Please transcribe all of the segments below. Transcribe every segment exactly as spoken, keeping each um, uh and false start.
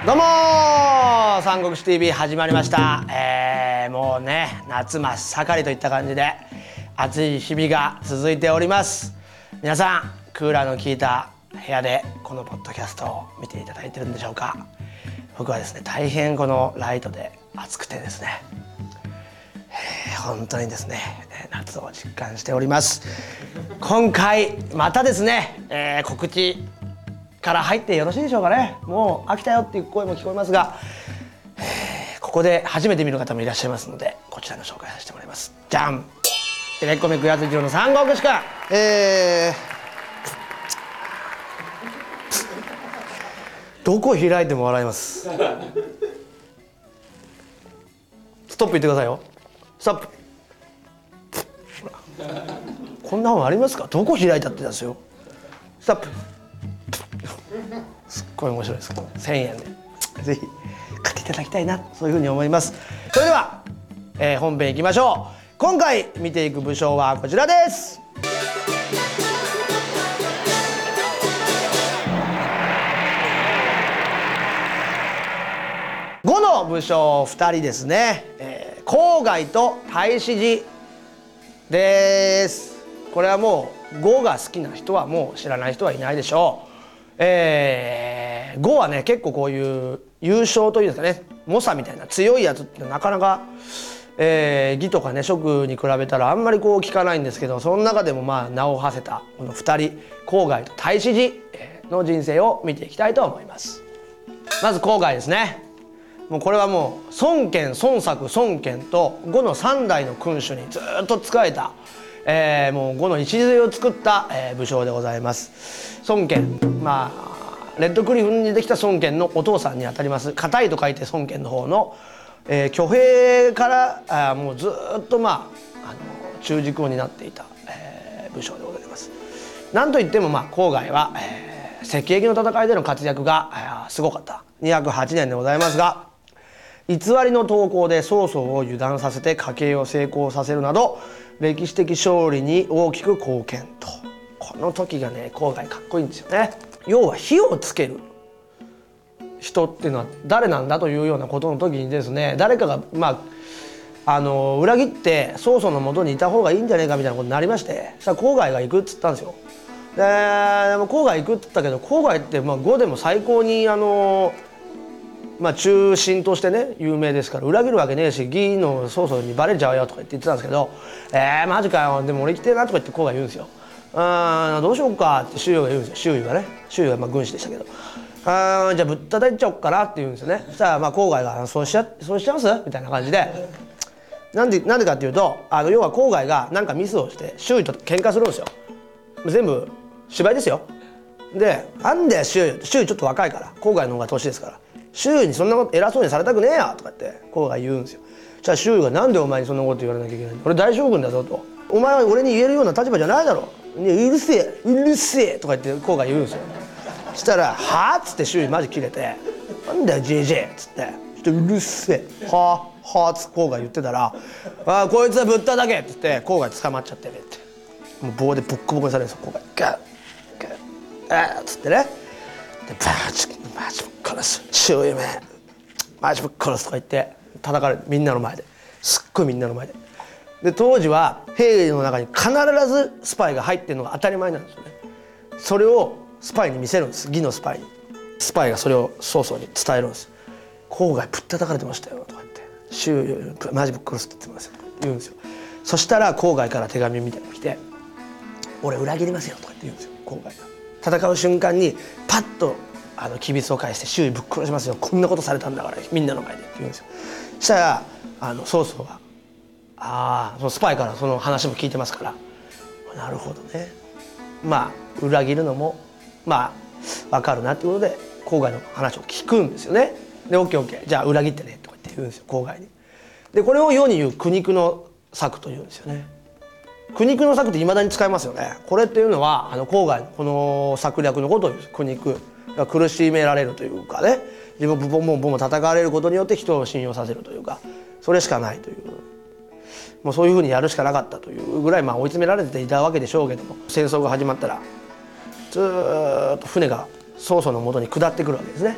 どうもー、三国志 ティーブイ 始まりました。えー、もうね夏真っ盛りといった感じで暑い日々が続いております。皆さんクーラーの効いた部屋でこのポッドキャストを見ていただいてるんでしょうか。僕はですね大変このライトで暑くてですね、えー、本当にですね夏を実感しております。今回またですね、えー、告知から入ってよろしいでしょうかね。もう飽きたよっていう声も聞こえますが、えー、ここで初めて見る方もいらっしゃいますのでこちらの紹介させてもらいます。じゃん、テレコミックやつじろうの三国志くん。えー、どこ開いても笑います。ストップ言ってくださいよ。ストップ。こんな本ありますか。どこ開いたってですよ。ストップ。すっごい面白いです。せんえんでぜひ買っていただきたいな、そういうふうに思います。それでは、えー、本編いきましょう。今回見ていく武将はこちらです。ごの武将ふたりですね、えー、郊外と太子寺です。これはもうごが好きな人はもう知らない人はいないでしょう。えー、ごはね結構こういう優勝というんですかね、猛者みたいな強いやつってなかなか、えー、義とかね蜀に比べたらあんまりこう聞かないんですけど、その中でもまあ名を馳せたこのふたり、郊外と太子寺の人生を見ていきたいと思います。まず郊外ですね。もうこれはもう孫権、孫作、孫権とごのさんだいの君主にずっと仕えた、えー、もうごの礎を作った、えー、武将でございます。孫権、まあレッドクリフにできた孫権のお父さんにあたります。堅いと書いて孫権の方の、えー、挙兵からあもうずっとまああの中軸を担っていた、えー、武将でございます。なんといってもまあ郊外は、えー、赤壁の戦いでの活躍が、えー、すごかったにひゃくはちねんでございますが、偽りの投稿で曹操を油断させて家計を成功させるなど歴史的勝利に大きく貢献と。この時がね郊外かっこいいんですよね。要は火をつける人っていうのは誰なんだというようなことの時にですね、誰かがまああの裏切って曹操の元にいた方がいいんじゃねえかみたいなことになりまして、そしたら郊外が行くっつったんですよ。ででも郊外行くっつったけど、郊外ってまあごでも最高にあのまあ中心としてね有名ですから、裏切るわけねえし義の曹操にバレちゃうよとか言って言ってたんですけど、えー、マジかよ、でも俺来てえなとか言って郊外言うんですよ。あどうしようかって周囲が言うんですよ。周囲がね周囲はまあ軍師でしたけど、あじゃあぶったたいちゃおうかなって言うんですよね。そしたらまあ郊外がそうしちゃそうしちゃいますみたいな感じで、なんでなんでかっていうと、あの要は郊外がなんかミスをして周囲と喧嘩するんですよ。全部芝居ですよ。でなんで周囲周囲ちょっと若いから郊外の方が年ですから、周囲にそんなこと偉そうにされたくねえよとかって郊外言うんですよ。そしたら周囲がなんでお前にそんなこと言われなきゃいけないんだ、俺大将軍だぞと、お前は俺に言えるような立場じゃないだろう、うるせえうるせえとか言って郊外言うんですよ。そしたら「はあ?」っつって周囲マジキレて「なんだよ ジェージェー」っつって「ちょっとうるせえはあはあ」っつって郊外言ってたら「あこいつはぶったたけ」っつって郊外捕まっちゃってねって、もう棒でボッコボコにされるんですよ郊外ガッガッあっつってね。でバチマジぶっ殺す周囲めマジぶっ殺すとか言って叩かれる、みんなの前で、すっごいみんなの前で。で当時は兵の中に必ずスパイが入ってるのが当たり前なんですよね。それをスパイに見せるんです。義のスパイにスパイがそれを曹操に伝えるんです。郊外ぶったたかれてましたよとか言って、周囲マジぶっ殺すって言ってますよ言うんですよ。そしたら郊外から手紙みたいなのが来て「俺裏切りますよ」とかって言うんですよ。郊外が戦う瞬間にパッとあのきびすを返して周囲ぶっ殺しますよ、こんなことされたんだからみんなの前でって言うんですよ。そしたらあの曹操がああそのスパイからその話も聞いてますから、なるほどね、まあ裏切るのもまあ分かるなってことで郊外の話を聞くんですよね。で オーケーオーケー じゃあ裏切ってねとか言って言うんですよ郊外に。でこれを世に言う苦肉の策というんですよね。苦肉の策っていまだに使えますよね。これっていうのはあの郊外のこの策略のことを言うんです。苦肉が苦しめられるというかね、自分ボンボンボンボン叩かれることによって人を信用させるというか、それしかないという、もうそういうふうにやるしかなかったというぐらいまあ追い詰められていたわけでしょうけども、戦争が始まったらずっと船が曹操の元に下ってくるわけですね。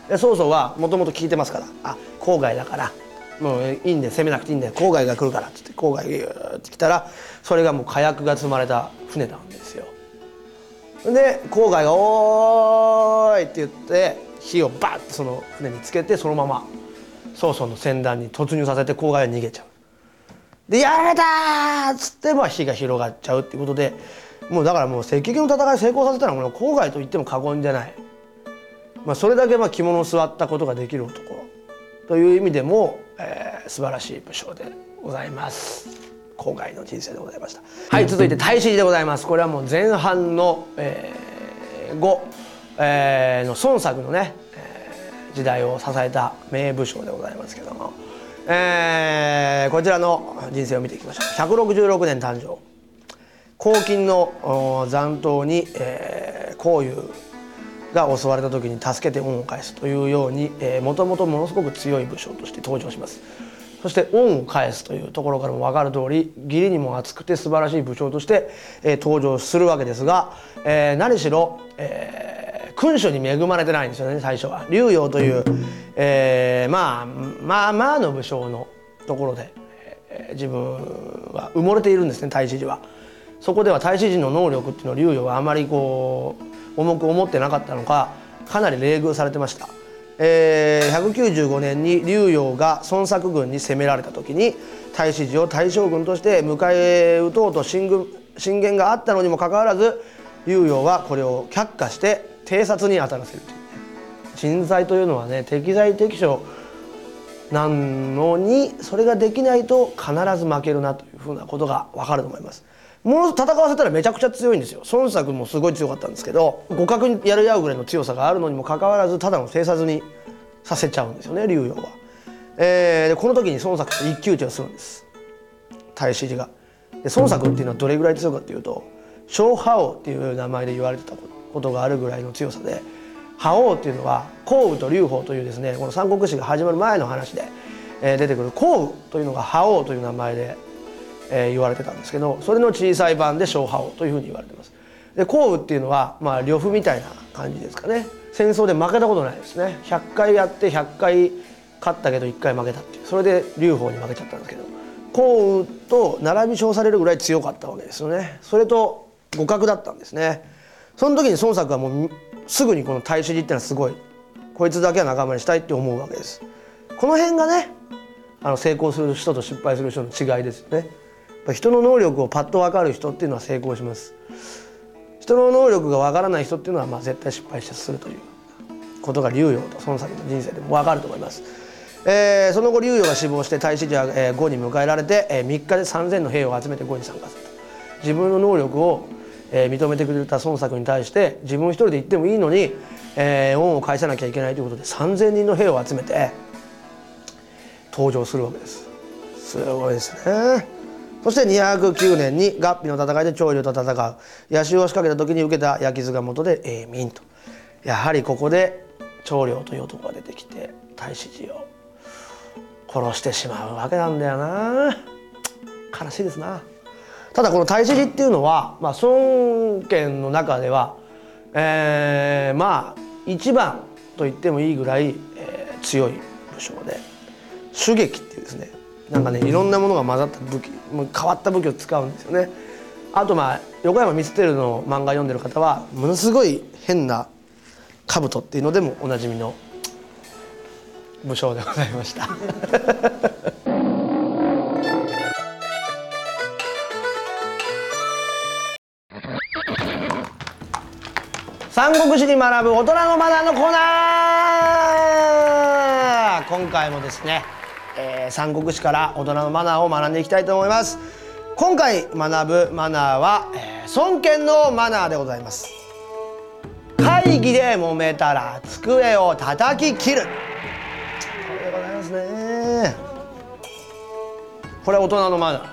で曹操はもともと聞いてますから、あ郊外だからもういいんで攻めなくていいんで郊外が来るからっつって郊外って来たら、それがもう火薬が積まれた船なんですよ。で郊外が「おーい!」って言って火をバッとその船につけて、そのまま曹操の船団に突入させて郊外は逃げちゃう。で「やられた!」っつってまあ火が広がっちゃうっていうことで、もうだからもう赤壁の戦い成功させたのは郊外と言っても過言じゃない、まあ、それだけまあ肝の据わったことができる男という意味でも、えー、素晴らしい武将でございます。郊外の人生でございました。はい、続いて太子寺でございます。これはもう前半の、えー、後、えー、の孫作のね、えー、時代を支えた名武将でございますけども、えー、こちらの人生を見ていきましょう。ひゃくろくじゅうろくねん誕生。黄巾の残党に、えー、項羽が襲われた時に助けて恩を返すというように、もともとものすごく強い武将として登場します。そして恩を返すというところからも分かる通り、義理にも厚くて素晴らしい武将として、えー、登場するわけですが、えー、何しろ、えー、君主に恵まれてないんですよね。最初は劉陽という、えー、まあまあまあの武将のところで、えー、自分は埋もれているんですね、太子寺は。そこでは太子寺の能力っていうのを劉陽はあまりこう重く思ってなかったのか、かなり冷遇されてました。えー、ひゃくきゅうじゅうごねんに劉陽が孫作軍に攻められた時に、太子寺を大将軍として迎え撃とうと進軍進言があったのにもかかわらず、劉陽はこれを却下して偵察に当たらせるというね。人材というのはね、適材適所なのに、それができないと必ず負けるなというふうなことが分かると思います。もの戦わせたらめちゃくちゃ強いんですよ。孫作もすごい強かったんですけど、互角にやり合うぐらいの強さがあるのにもかかわらず、ただの偵察にさせちゃうんですよね、劉陽は。えー、でこの時に孫作と一騎打ちをするんです、太子寺が。で孫作っていうのはどれぐらい強いかっていうと、小覇王っていう名前で言われてたことがあるぐらいの強さで、覇王っていうのは項羽と劉邦というですね、この三国志が始まる前の話で、えー、出てくる項羽というのが覇王という名前で、えー、言われてたんですけど、それの小さい版で小覇王というふうに言われてます。で項羽っていうのはまあ呂布みたいな感じですかね。戦争で負けたことないですね。ひゃっかいやってひゃっかい勝ったけどいっかい負けたっていう、それで劉邦に負けちゃったんですけど、項羽と並び称されるぐらい強かったわけですよね。それと互角だったんですね。その時に孫作はもうすぐにこの太子寺ってのはすごい、こいつだけは仲間にしたいって思うわけです。この辺がね、あの成功する人と失敗する人の違いですよね。人の能力をパッと分かる人っていうのは成功します。人の能力が分からない人っていうのはまあ絶対失敗するということが劉陽と孫作の人生でも分かると思います。えー、その後劉陽が死亡して太子寺は呉に迎えられて、えー、みっかでさんぜんの兵を集めて呉に参加すると。自分の能力を、えー、認めてくれた孫作に対して自分一人で行ってもいいのに、えー、恩を返さなきゃいけないということでさんぜんにんの兵を集めて登場するわけです。すごいですね。そしてにひゃくきゅうねんに合肥の戦いで長龍と戦う。夜襲を仕掛けた時に受けた焼き傷が元で永民と。やはりここで長龍という男が出てきて太子寺を殺してしまうわけなんだよな。悲しいですな。ただこの太子寺っていうのは、まあ、孫権の中では、えー、まあ一番と言ってもいいぐらい、えー、強い武将で、主撃っていうですね、なんかね、いろんなものが混ざった武器、もう変わった武器を使うんですよね。あとまあ横山光輝の漫画読んでる方はものすごい変な兜っていうのでもおなじみの武将でございました三国志に学ぶ大人のマナーのコーナー。今回もですね、えー、三国志から大人のマナーを学んでいきたいと思います。今回学ぶマナーは、えー、孫権のマナーでございます。会議で揉めたら机を叩き切る。これでございますね。これは大人のマナー。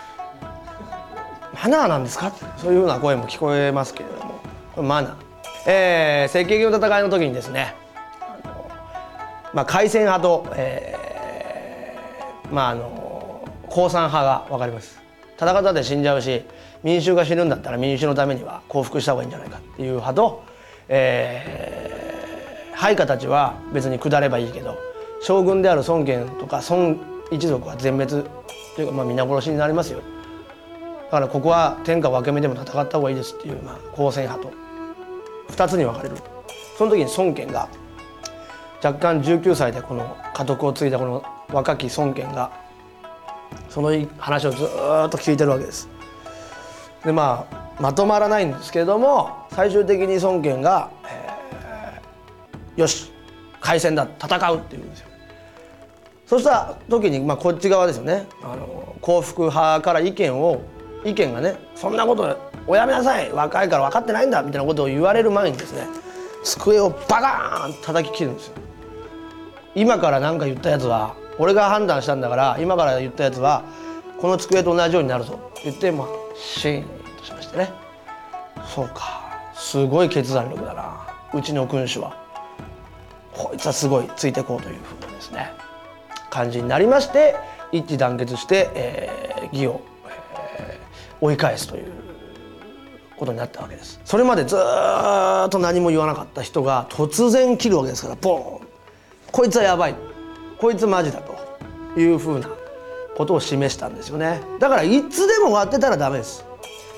マナーなんですか？そういうような声も聞こえますけれども、これマナー。えー、赤壁の戦いの時にですね、あの、まあ、開戦派と、えー、まああの降参派が分かります。戦ったって死んじゃうし、民衆が死ぬんだったら民衆のためには降伏した方がいいんじゃないかっていう派と、えー、 配下たちは別に下ればいいけど、将軍である孫権とか孫一族は全滅というか、まあ、皆殺しになりますよ。だからここは天下分け目でも戦った方がいいですっていう、まあ、公選派とふたつに分かれる。その時に孫権が若干じゅうきゅうさいでこの家督を継いだこの若き孫権がその話をずっと聞いてるわけです。でまあまとまらないんですけれども、最終的に孫権が、えー、よし開戦だ戦うって言うんですよ。そうした時に、まあ、こっち側ですよね、あの降伏派から意見を意見がね、そんなことおやめなさい、若いから分かってないんだみたいなことを言われる前にですね、机をバカーン叩き切るんですよ。今から何か言ったやつは俺が判断したんだから、今から言ったやつはこの机と同じようになるぞって言って、まあ、シーンとしましてね、そうかすごい決断力だなうちの君主は、こいつはすごいついてこうというふうなですね感じになりまして、一致団結して、えー、義を、えー、追い返すということになったわけです。それまでずっと何も言わなかった人が突然切るわけですから、ボーン、こいつはやばい、こいつマジだというふうなことを示したんですよね。だからいつでも割ってたらダメです。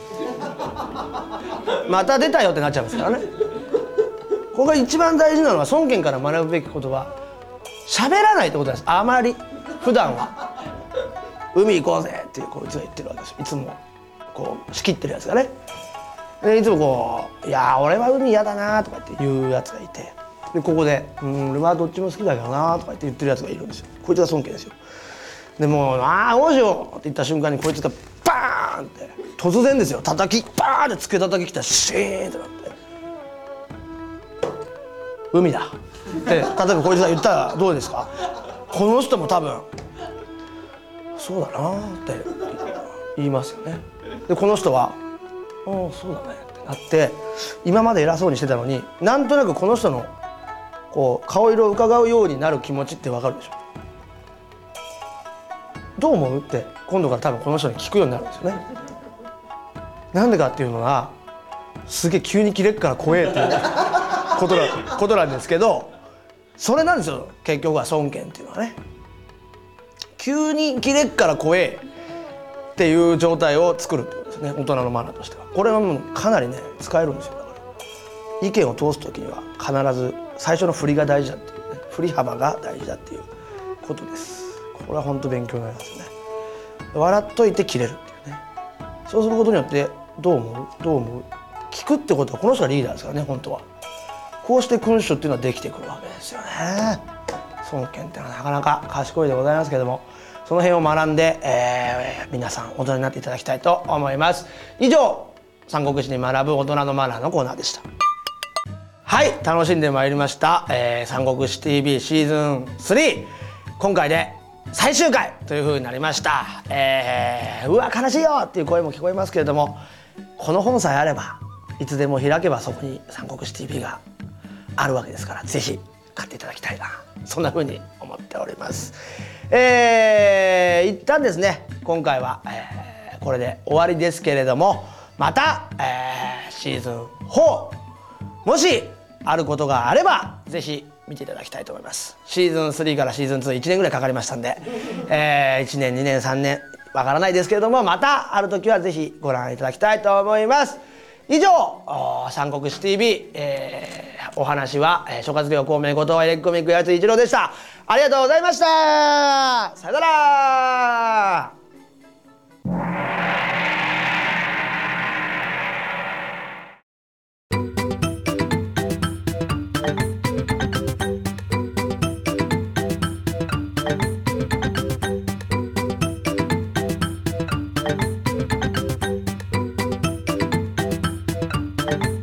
また出たよってなっちゃいますからね。ここが一番大事なのは、孫権から学ぶべきことは喋らないってことです。あまり普段は海行こうぜっていうこいつが言ってるわけですよ。いつもこう仕切ってるやつがね。でいつもこう「いや俺は海嫌だな」とかって言うやつがいて、でここで「うん俺はどっちも好きだけどな」とか言って言ってるやつがいるんですよ。こいつが孫権ですよ。でもう「ああどうしよう」って言った瞬間にこいつがバーンって突然ですよ、叩きバーンって机叩ききたらシーンってなって「海だ」って例えばこいつが言ったらどうですか。この人も多分「そうだな」って言いますよね。でこの人は「ああそうだね」ってなって、今まで偉そうにしてたのになんとなくこの人のこう顔色を伺うようになる気持ちってわかるでしょ。どう思うって今度から多分この人に聞くようになるんですよね。なんでかっていうのは、すげえ急にキレっから怖えっていうことなことなんですけど、それなんですよ結局は孫権っていうのはね。急にキレっから怖えっていう状態を作るってことですね、大人のマナーとしては。これはもうかなりね使えるんですよ。だから意見を通す時には必ず最初の振りが大事だっていうね、振り幅が大事だっていうことです。これは本当勉強になりますよね。笑っといて切れるっていうね。そうすることによってどう思うどう思う聞くってことはこの人がリーダーですからね。本当はこうして君主っていうのはできてくるわけですよね。孫権っていうのはなかなか賢いでございますけれども、その辺を学んで、えー、皆さん大人になっていただきたいと思います。以上、三国志に学ぶ大人のマナーのコーナーでした。はい、楽しんでまいりました、えー、三国志 ティーブイ シーズンスリー、今回で最終回という風になりました。えー、うわ悲しいよっていう声も聞こえますけれども、この本さえあればいつでも開けばそこに三国志 ティーブイ があるわけですから、ぜひ買っていただきたいな、そんな風に思っております。えー、一旦ですね今回は、えー、これで終わりですけれども、また、えー、シーズンフォーもしあることがあればぜひ見ていただきたいと思います。シーズンスリーからシーズンツーいちねんぐらいかかりましたんで、えー、いちねんにねんさんねんわからないですけれども、またある時はぜひご覧いただきたいと思います。以上三国志 ティーブイ、えー、お話は、えー、諸葛亮孔明後藤エレックコミック八津一郎でした。ありがとうございました。さよなら。you